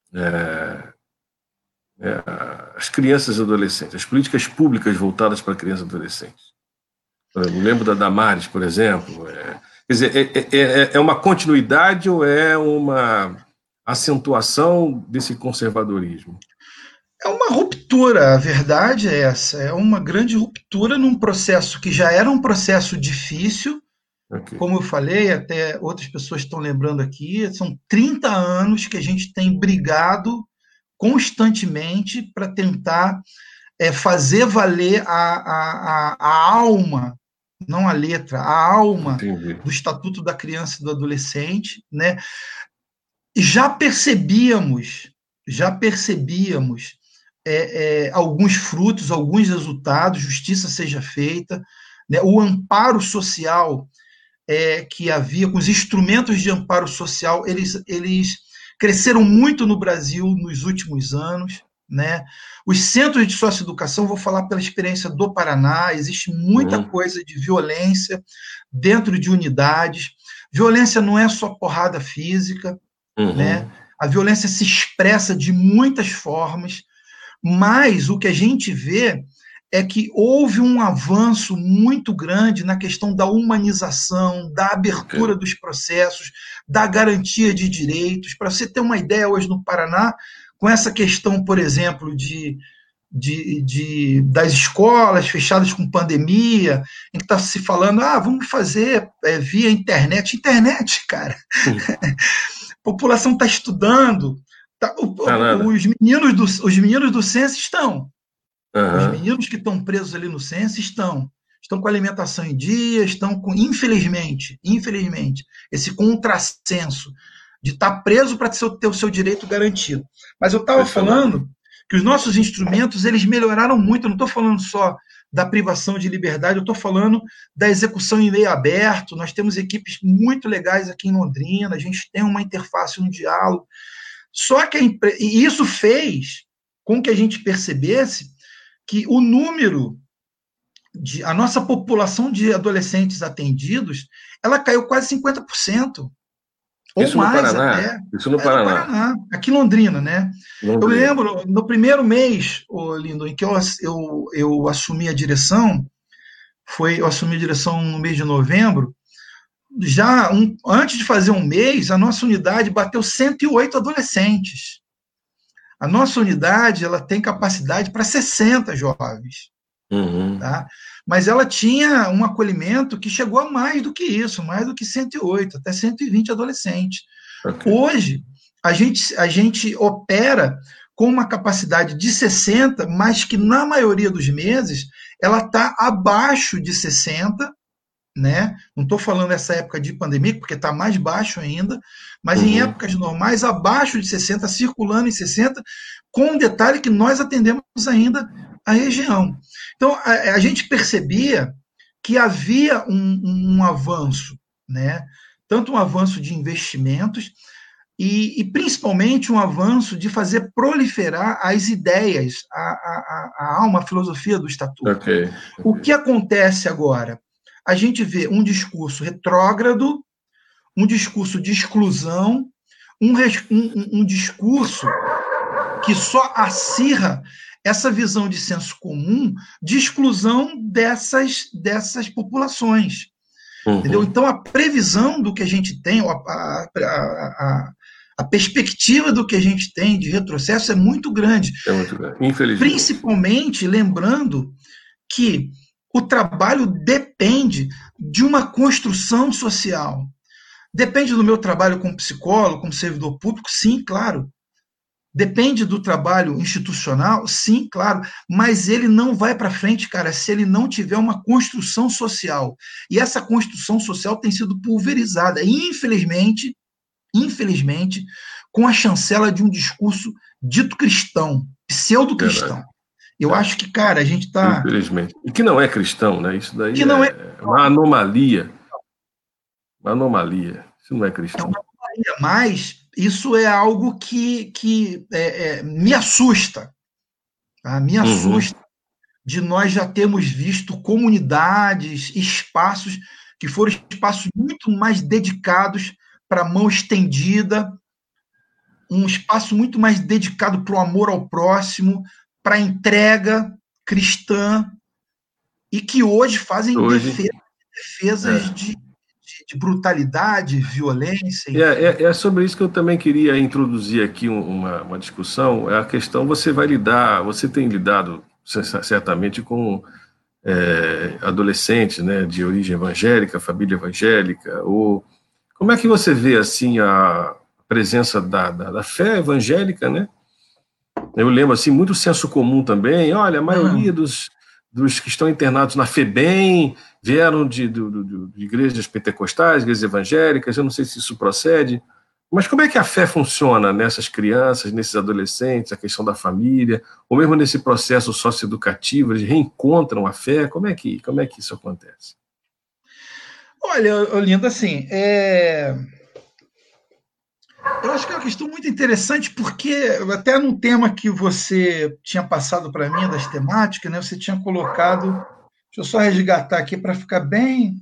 A: as crianças e adolescentes, as políticas públicas voltadas para crianças e adolescentes? Eu lembro da Damares, por exemplo. Quer dizer, é uma continuidade ou é uma acentuação desse conservadorismo?
B: É uma ruptura, a verdade é essa. É uma grande ruptura num processo que já era um processo difícil. Okay. Como eu falei, até outras pessoas estão lembrando aqui, são 30 anos que a gente tem brigado constantemente para tentar fazer valer a alma, não a letra, a alma do Estatuto da Criança e do Adolescente, né? Já percebíamos alguns frutos, alguns resultados, justiça seja feita, né? O amparo social que havia, com os instrumentos de amparo social, eles cresceram muito no Brasil nos últimos anos, né? Os centros de socioeducação, vou falar pela experiência do Paraná, existe muita coisa de violência dentro de unidades. Violência não é só porrada física, né? A violência se expressa de muitas formas, mas o que a gente vê é que houve um avanço muito grande na questão da humanização, da abertura dos processos, da garantia de direitos. Para você ter uma ideia, hoje no Paraná, com essa questão, por exemplo, das escolas fechadas com pandemia, em que está se falando, vamos fazer via internet. Internet, cara. A população está estudando. Os meninos do Censo estão. Os meninos que estão presos ali no Censo estão com a alimentação em dia, estão com, infelizmente, esse contrassenso de estar preso para ter o seu direito garantido. Mas eu estava falando que os nossos instrumentos, eles melhoraram muito. Eu não estou falando só da privação de liberdade, eu estou falando da execução em meio aberto. Nós temos equipes muito legais aqui em Londrina, a gente tem uma interface, um diálogo. Só que e isso fez com que a gente percebesse que o número a nossa população de adolescentes atendidos, ela caiu quase 50%.
A: Isso ou mais, no Paraná? Até. Isso no Paraná.
B: No Paraná. Aqui em Londrina, né? Londrina. Eu lembro, no primeiro mês, Lindo, em que eu assumi a direção, eu assumi a direção no mês de novembro, antes de fazer um mês, a nossa unidade bateu 108 adolescentes. A nossa unidade, ela tem capacidade para 60 jovens. Tá? Mas ela tinha um acolhimento que chegou a mais do que isso, mais do que 108, até 120 adolescentes. Okay. Hoje, a gente opera com uma capacidade de 60, mas que na maioria dos meses ela está abaixo de 60, né? Não estou falando nessa época de pandemia, porque está mais baixo ainda, mas em épocas normais, abaixo de 60, circulando em 60, com um detalhe que nós atendemos ainda a região. Então, a gente percebia que havia um avanço, né? Tanto um avanço de investimentos e principalmente um avanço de fazer proliferar as ideias, a alma, a filosofia do Estatuto.
A: Okay.
B: O que acontece agora? A gente vê um discurso retrógrado, um discurso de exclusão, um discurso que só acirra essa visão de senso comum de exclusão dessas Entendeu? Então, a previsão do que a gente tem, A perspectiva do que a gente tem de retrocesso é muito grande.
A: É muito grande, infelizmente.
B: Principalmente lembrando que o trabalho depende de uma construção social. Depende do meu trabalho como psicólogo, como servidor público? Sim, claro. Depende do trabalho institucional? Sim, claro. Mas ele não vai para frente, cara, se ele não tiver uma construção social. E essa construção social tem sido pulverizada. E, infelizmente, com a chancela de um discurso dito cristão, pseudo-cristão. Eu acho que, cara, a gente está...
A: Infelizmente. E que não é cristão, né? Isso daí
B: que não é
A: uma anomalia. Uma anomalia. Isso não é cristão.
B: É uma anomalia, mas isso é algo que me assusta. Tá? Me assusta de nós já termos visto comunidades, espaços que foram espaços muito mais dedicados para a mão estendida, um espaço muito mais dedicado para o amor ao próximo, para a entrega cristã, e que hoje fazem defesas de brutalidade, violência.
A: É sobre isso que eu também queria introduzir aqui uma discussão. É a questão, você tem lidado certamente com adolescentes, né, de origem evangélica, família evangélica, como é que você vê assim a presença da fé evangélica, né? Eu lembro assim, muito senso comum também. Olha, a maioria dos que estão internados na FEBEM vieram de igrejas pentecostais, igrejas evangélicas. Eu não sei se isso procede, mas como é que a fé funciona nessas crianças, nesses adolescentes, a questão da família, ou mesmo nesse processo socioeducativo, eles reencontram a fé? Como é que isso acontece?
B: Olha, Olinda, assim, eu acho que é uma questão muito interessante, porque até no tema que você tinha passado para mim, das temáticas, né, você tinha colocado... Deixa eu só resgatar aqui para ficar bem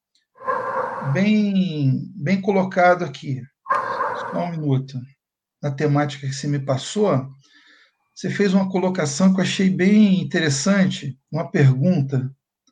B: colocado aqui. Só um minuto. Na temática que você me passou, você fez uma colocação que eu achei bem interessante, uma pergunta.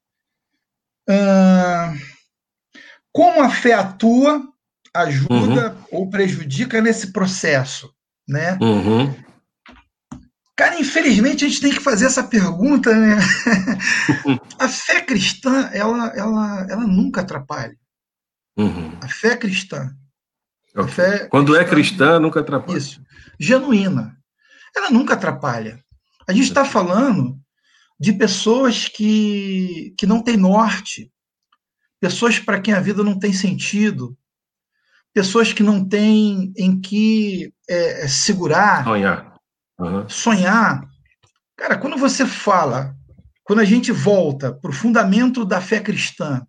B: Como a fé atua, ajuda ou prejudica nesse processo, né? Cara, infelizmente a gente tem que fazer essa pergunta, né? A fé cristã, ela nunca atrapalha. A fé cristã.
A: Okay. A fé quando é cristã, nunca atrapalha.
B: Isso. Genuína. Ela nunca atrapalha. A gente está falando de pessoas que não têm norte, pessoas para quem a vida não tem sentido, pessoas que não têm em que segurar, sonhar. Cara, quando a gente volta para o fundamento da fé cristã,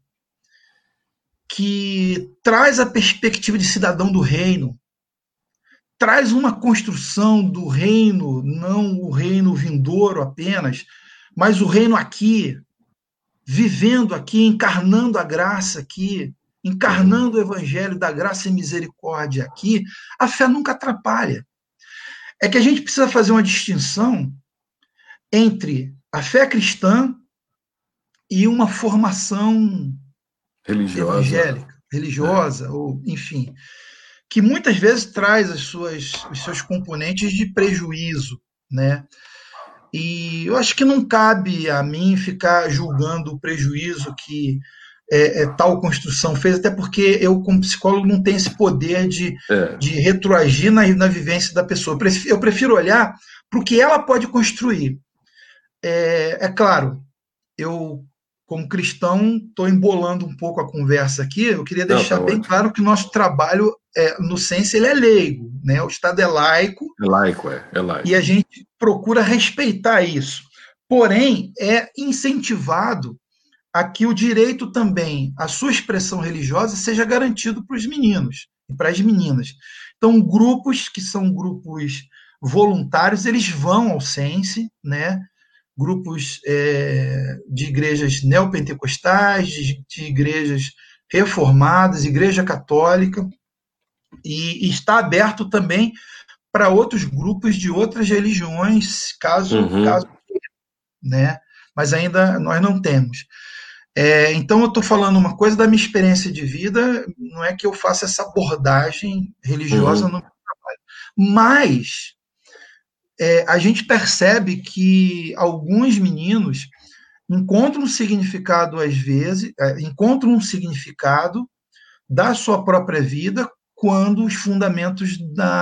B: que traz a perspectiva de cidadão do reino, traz uma construção do reino, não o reino vindouro apenas, mas o reino aqui, vivendo aqui, encarnando a graça aqui, encarnando o evangelho da graça e misericórdia aqui, a fé nunca atrapalha. É que a gente precisa fazer uma distinção entre a fé cristã e uma formação evangélica, religiosa, ou enfim, que muitas vezes traz os seus componentes de prejuízo, né? E eu acho que não cabe a mim ficar julgando o prejuízo que tal construção fez, até porque eu, como psicólogo, não tenho esse poder de retroagir na vivência da pessoa. Eu prefiro olhar para o que ela pode construir. É claro, eu, como cristão, estou embolando um pouco a conversa aqui. Eu queria deixar bem claro que o nosso trabalho, no Sense, ele é leigo, né? O Estado é laico.
A: É laico.
B: E a gente procura respeitar isso. Porém, é incentivado a que o direito também à sua expressão religiosa seja garantido para os meninos e para as meninas. Então, grupos que são grupos voluntários, eles vão ao Sense, né? Grupos de igrejas neopentecostais, de igrejas reformadas, igreja católica, e está aberto também para outros grupos de outras religiões, caso né? Mas ainda nós não temos. Então, eu estou falando uma coisa da minha experiência de vida, não é que eu faça essa abordagem religiosa no meu trabalho. Mas a gente percebe que alguns meninos encontram um significado, às vezes, encontram um significado da sua própria vida quando os fundamentos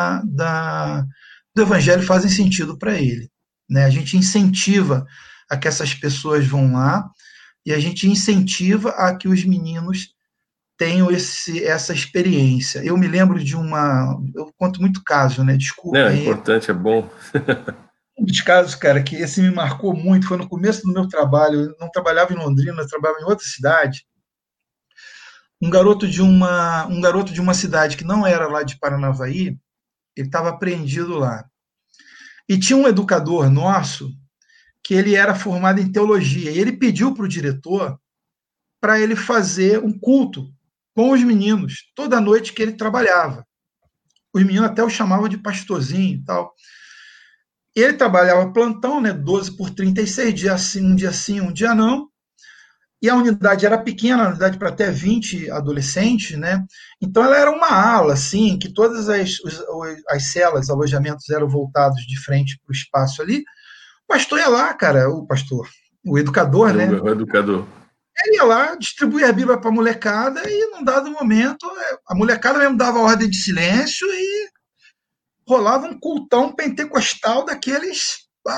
B: do evangelho fazem sentido para ele. Né? A gente incentiva a que essas pessoas vão lá e a gente incentiva a que os meninos tenham essa experiência. Eu me lembro de eu conto muito caso, né? Desculpa.
A: É importante, é bom.
B: Um dos casos, cara, que esse me marcou muito, foi no começo do meu trabalho. Eu não trabalhava em Londrina, eu trabalhava em outra cidade. Um garoto de uma cidade que não era lá de Paranavaí, ele estava apreendido lá. E tinha um educador nosso que ele era formado em teologia. E ele pediu para o diretor para ele fazer um culto com os meninos toda noite que ele trabalhava. Os meninos até o chamavam de pastorzinho e tal. Ele trabalhava plantão, né, 12 por 36, um dia sim, um dia não. E a unidade era pequena, a unidade para até 20 adolescentes, né? Então ela era uma ala, assim, que todas as celas, alojamentos eram voltados de frente para o espaço ali. O pastor ia lá, cara, o educador, né?
A: O educador.
B: Ele ia lá, distribuía a Bíblia para a molecada e, num dado momento, a molecada mesmo dava ordem de silêncio e rolava um cultão pentecostal daqueles.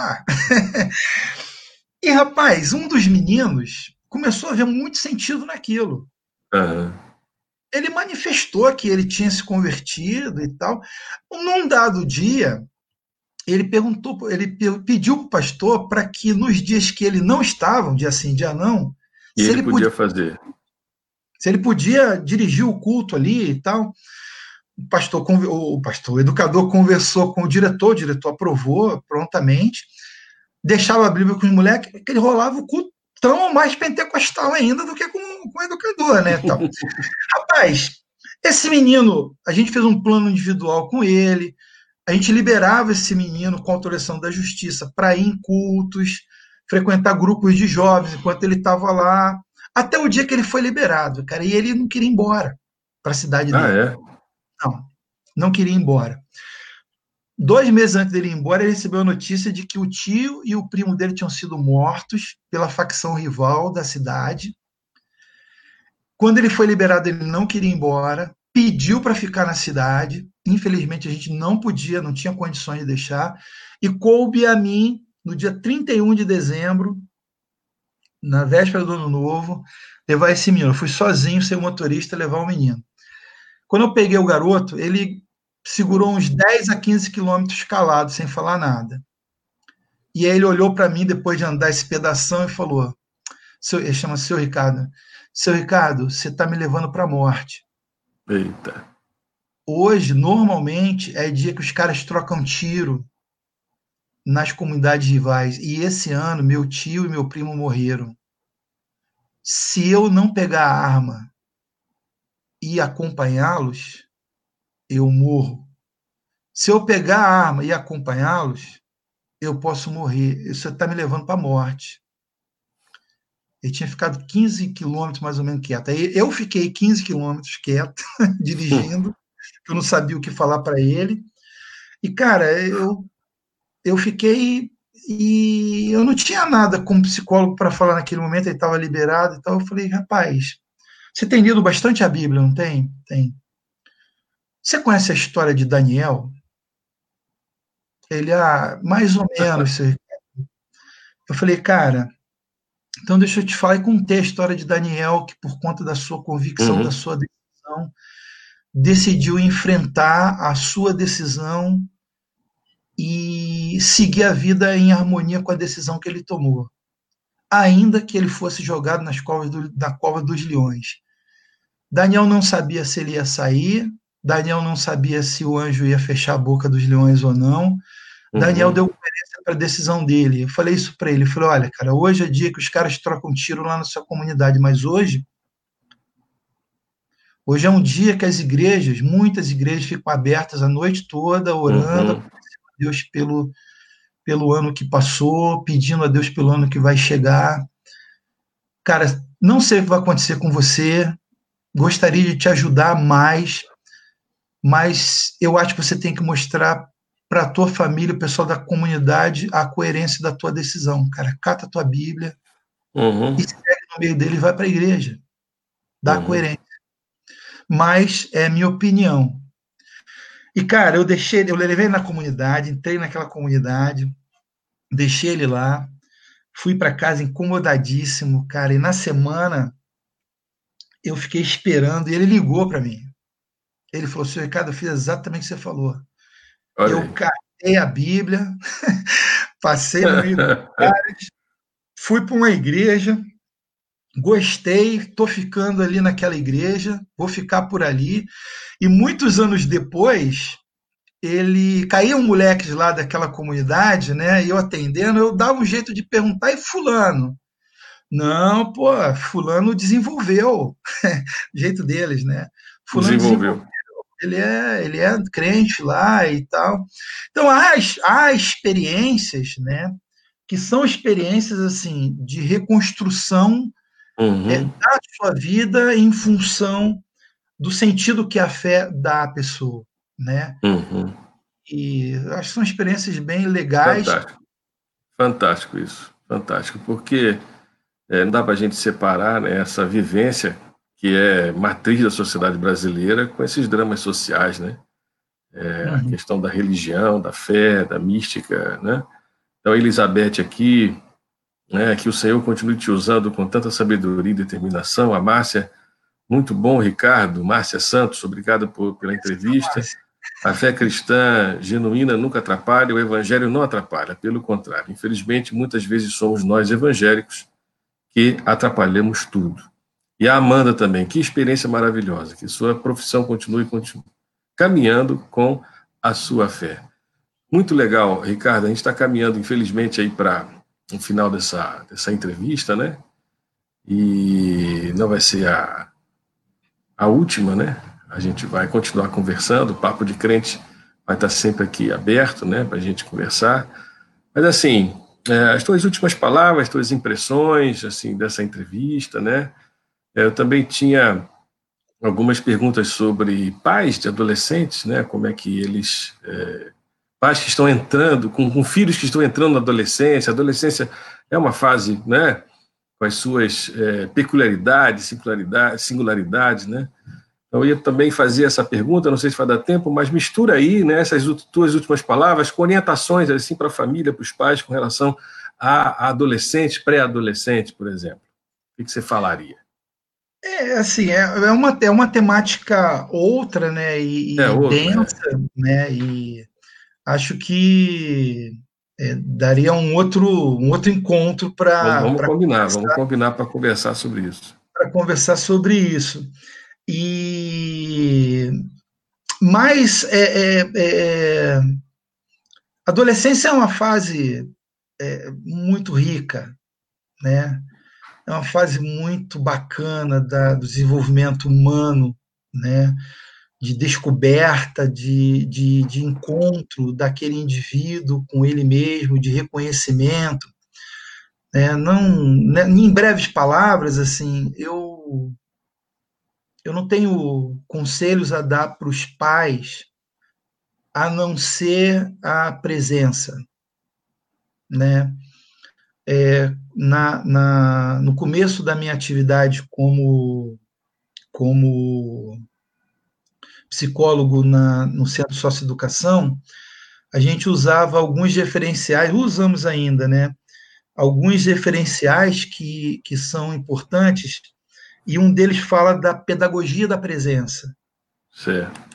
B: E, rapaz, um dos meninos começou a ver muito sentido naquilo.
A: Uhum.
B: Ele manifestou que ele tinha se convertido e tal. Num dado dia, ele pediu para o pastor para que nos dias que ele não estava, um dia sim, dia não,
A: se ele podia fazer.
B: Se ele podia dirigir o culto ali e tal. O educador conversou com o diretor aprovou prontamente, deixava a Bíblia com os moleques, que ele rolava o culto tão mais pentecostal ainda do que com o educador, né? Tal. Rapaz, esse menino, a gente fez um plano individual com ele, a gente liberava esse menino com autorização da justiça para ir em cultos, frequentar grupos de jovens enquanto ele estava lá, até o dia que ele foi liberado, cara, e ele não queria ir embora para a cidade dele. Não queria ir embora. 2 meses antes dele ir embora, ele recebeu a notícia de que o tio e o primo dele tinham sido mortos pela facção rival da cidade. Quando ele foi liberado, ele não queria ir embora, pediu para ficar na cidade. Infelizmente, a gente não tinha condições de deixar. E coube a mim, no dia 31 de dezembro, na véspera do Ano Novo, levar esse menino. Eu fui sozinho, sem o motorista, levar o menino. Quando eu peguei o garoto, ele segurou uns 10 a 15 quilômetros calado, sem falar nada. E aí ele olhou para mim, depois de andar esse pedação, e falou, ele chama Seu Ricardo, você está me levando para a morte.
A: Eita.
B: Hoje, normalmente, é dia que os caras trocam tiro nas comunidades rivais. E esse ano, meu tio e meu primo morreram. Se eu não pegar a arma e acompanhá-los, eu morro. Se eu pegar a arma e acompanhá-los, eu posso morrer. Você está me levando para a morte. Ele tinha ficado 15 quilômetros mais ou menos quieto. Aí eu fiquei 15 quilômetros quieto, dirigindo, eu não sabia o que falar para ele. E, cara, eu fiquei e eu não tinha nada como psicólogo para falar naquele momento, ele estava liberado e tal. Eu falei, rapaz, você tem lido bastante a Bíblia, não tem? Tem. Você conhece a história de Daniel? Ele, mais ou menos. Eu falei, cara, então deixa eu te falar e contei a história de Daniel, que por conta da sua convicção, da sua decisão, decidiu enfrentar a sua decisão e seguir a vida em harmonia com a decisão que ele tomou, ainda que ele fosse jogado na cova dos leões. Daniel não sabia se ele ia sair, Daniel não sabia se o anjo ia fechar a boca dos leões ou não. Daniel deu coerência para a decisão dele. Eu falei isso para ele. Eu falei, olha, cara, hoje é dia que os caras trocam tiro lá na sua comunidade, mas hoje é um dia que as igrejas, muitas igrejas ficam abertas a noite toda, orando, agradecendo a Deus pelo ano que passou, pedindo a Deus pelo ano que vai chegar. Cara, não sei o que vai acontecer com você, gostaria de te ajudar mais, mas eu acho que você tem que mostrar para a tua família, o pessoal da comunidade, a coerência da tua decisão. Cara, cata a tua Bíblia
A: Uhum.
B: e segue no meio dele e vai para a igreja. Dá
A: Uhum.
B: coerência. Mas é minha opinião. E, cara, eu levei ele na comunidade, entrei naquela comunidade, deixei ele lá, fui para casa incomodadíssimo, cara, e na semana eu fiquei esperando e ele ligou para mim. Ele falou: "Senhor Ricardo, eu fiz exatamente o que você falou.
A: Olha
B: Eu
A: aí.
B: catei a Bíblia, passei no meio dos caras, fui para uma igreja, gostei, estou ficando ali naquela igreja, vou ficar por ali." E muitos anos depois, ele caía um moleque de lá daquela comunidade, né? E eu atendendo, eu dava um jeito de perguntar, e fulano? Não, pô, fulano desenvolveu, jeito deles, né? Fulano desenvolveu,
A: Desenvolveu.
B: ele é crente lá e tal. Então, há experiências, né? Que são experiências, assim, de reconstrução
A: Uhum.
B: da sua vida em função do sentido que a fé dá à pessoa, né?
A: Uhum.
B: E acho que são experiências bem legais.
A: Fantástico. Fantástico isso. Fantástico. Porque não dá para a gente separar, né, essa vivência que é matriz da sociedade brasileira com esses dramas sociais, né? A
B: Uhum.
A: questão da religião, da fé, da mística, né? Então, Elizabeth aqui, né, que o Senhor continue te usando com tanta sabedoria e determinação. A Márcia, muito bom, Ricardo. Márcia Santos, obrigado pela entrevista. A fé cristã genuína nunca atrapalha, o evangelho não atrapalha, pelo contrário. Infelizmente, muitas vezes somos nós evangélicos que atrapalhamos tudo. E a Amanda também, que experiência maravilhosa, que sua profissão continue caminhando com a sua fé. Muito legal, Ricardo, a gente está caminhando, infelizmente, aí para o final dessa entrevista, né? E não vai ser a última, né? A gente vai continuar conversando, o Papo de Crente vai estar sempre aqui aberto, né, para a gente conversar. Mas, assim, as tuas últimas palavras, as tuas impressões, assim, dessa entrevista, né? Eu também tinha algumas perguntas sobre pais de adolescentes, né? Como é que eles... pais que estão entrando, com filhos que estão entrando na adolescência. A adolescência é uma fase, né, com as suas peculiaridades, singularidades, né? Então, eu ia também fazer essa pergunta, não sei se vai dar tempo, mas mistura aí, né, essas tuas últimas palavras com orientações assim, para a família, para os pais, com relação a adolescentes, pré-adolescentes, por exemplo. O que você falaria?
B: Assim, é uma temática outra, né,
A: É
B: e
A: outro,
B: densa, né, e acho que daria um outro encontro
A: Vamos combinar, vamos combinar para conversar sobre isso.
B: para conversar sobre isso. E mas adolescência é uma fase muito rica, né? É uma fase muito bacana do desenvolvimento humano, né? De descoberta, de encontro daquele indivíduo com ele mesmo, de reconhecimento. Né? Não, né, em breves palavras, assim, eu não tenho conselhos a dar para os pais a não ser a presença, né? No começo da minha atividade como psicólogo no Centro de Socioeducação, a gente usava alguns referenciais, usamos ainda, né? Alguns referenciais que são importantes, e um deles fala da pedagogia da presença.
A: Certo.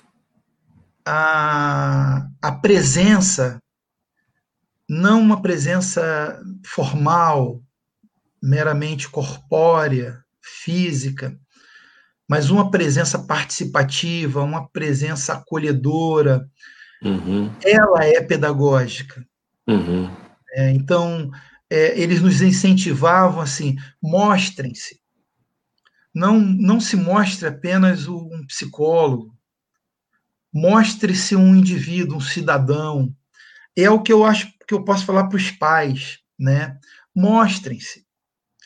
B: A presença, não uma presença formal, meramente corpórea, física, mas uma presença participativa, uma presença acolhedora,
A: Uhum.
B: ela é pedagógica.
A: Uhum.
B: Então, eles nos incentivavam assim: mostrem-se. Não se mostre apenas um psicólogo, mostre-se um indivíduo, um cidadão. É o que eu acho que eu posso falar para os pais, né? Mostrem-se,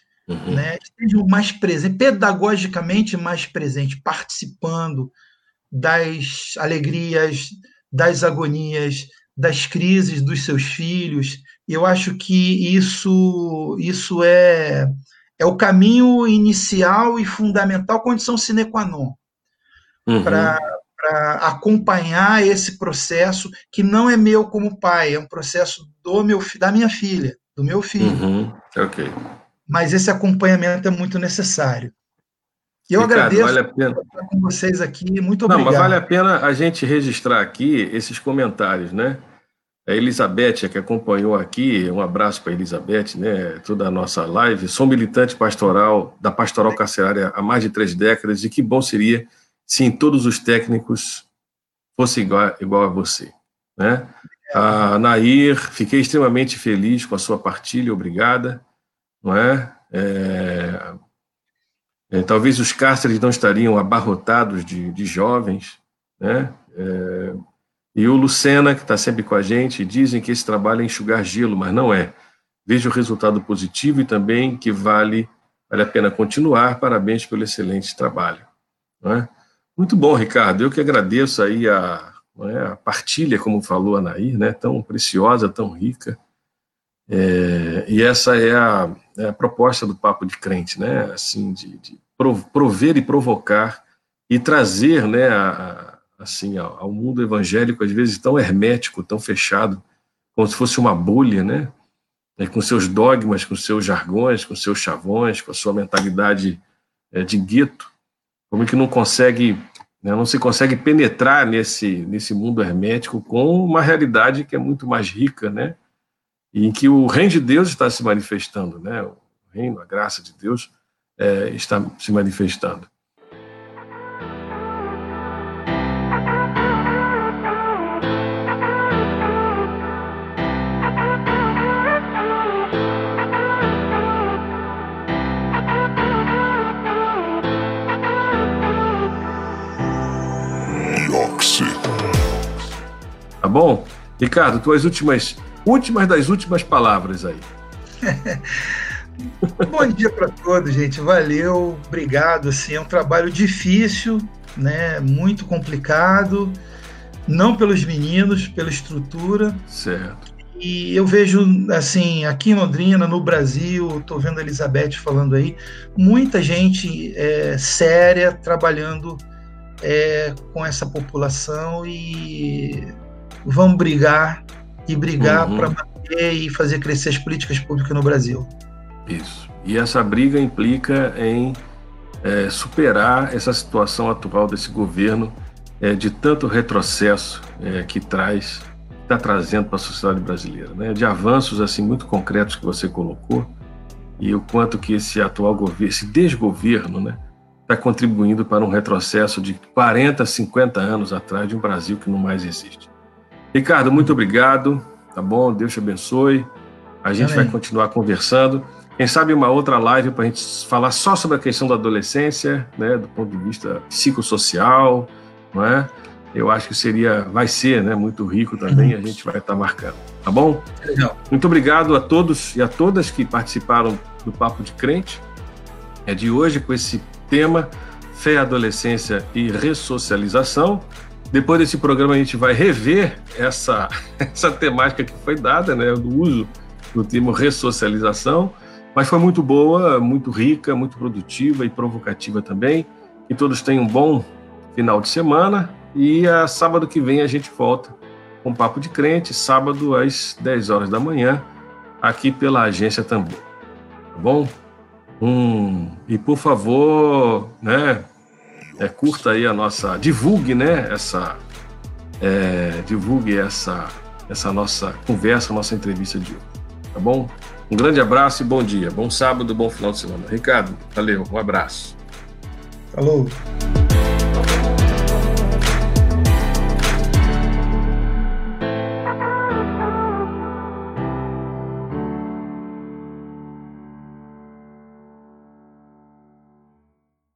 A: Uhum.
B: né? Estejam mais presentes, pedagogicamente mais presentes, participando das alegrias, das agonias, das crises dos seus filhos. E eu acho que isso é o caminho inicial e fundamental, condição sine qua non, para acompanhar esse processo, que não é meu como pai, é um processo da minha filha, do meu filho.
A: Ok.
B: Mas esse acompanhamento é muito necessário. Eu
A: Ricardo,
B: agradeço
A: vale a pena
B: estar com vocês aqui, muito
A: Não,
B: obrigado.
A: mas vale a pena a gente registrar aqui esses comentários, né? A Elizabeth, que acompanhou aqui, um abraço para a Elizabeth, né? Toda a nossa live. Sou militante pastoral da pastoral carcerária há mais de 3 décadas, e que bom seria se em todos os técnicos fosse igual a você, né? A Nair, fiquei extremamente feliz com a sua partilha, obrigada, não é? Talvez os cárceres não estariam abarrotados de jovens, né? E o Lucena, que está sempre com a gente, dizem que esse trabalho é enxugar gelo, mas não é. Vejo o resultado positivo e também que vale a pena continuar. Parabéns pelo excelente trabalho. Não é? Muito bom, Ricardo. Eu que agradeço aí a partilha, como falou a Nair, né? Tão preciosa, tão rica. E essa é a proposta do Papo de Crente, né? Assim, de prover e provocar e trazer, né, assim, ao mundo evangélico, às vezes tão hermético, tão fechado, como se fosse uma bolha, né? Com seus dogmas, com seus jargões, com seus chavões, com a sua mentalidade de gueto, como que não se consegue penetrar nesse mundo hermético com uma realidade que é muito mais rica, né? E em que o reino de Deus está se manifestando, né? O reino, a graça de Deus está se manifestando. Tá bom? Ricardo, tuas últimas das últimas palavras aí.
B: Bom dia para todos, gente. Valeu, obrigado. Assim, é um trabalho difícil, né? Muito complicado, não pelos meninos, pela estrutura.
A: Certo.
B: E eu vejo, assim, aqui em Londrina, no Brasil, estou vendo a Elizabeth falando aí, muita gente séria trabalhando com essa população, e vamos brigar para manter e fazer crescer as políticas públicas no Brasil.
A: Isso. E essa briga implica em superar essa situação atual desse governo de tanto retrocesso que está trazendo para a sociedade brasileira, né? De avanços assim muito concretos que você colocou, e o quanto que esse atual governo, esse desgoverno, né, está contribuindo para um retrocesso de 40, 50 anos atrás de um Brasil que não mais existe. Ricardo, muito obrigado, tá bom? Deus te abençoe. A gente vai continuar conversando. Quem sabe uma outra live para a gente falar só sobre a questão da adolescência, né, do ponto de vista psicossocial, não é? Eu acho que vai ser, né, muito rico também, a gente vai estar marcando, tá bom?
B: Legal.
A: Muito obrigado a todos e a todas que participaram do Papo de Crente de hoje, com esse tema, fé, adolescência e ressocialização. Depois desse programa a gente vai rever essa temática que foi dada, né, do uso do termo ressocialização, mas foi muito boa, muito rica, muito produtiva e provocativa também. Que todos tenham um bom final de semana, e sábado que vem a gente volta com o Papo de Crente, sábado às 10 horas da manhã, aqui pela Agência Tambor. Tá bom? E por favor, né, curta aí divulgue, né, divulgue essa nossa conversa, nossa entrevista de hoje. Tá bom? Um grande abraço e bom dia. Bom sábado, bom final de semana. Ricardo, valeu, um abraço.
B: Falou.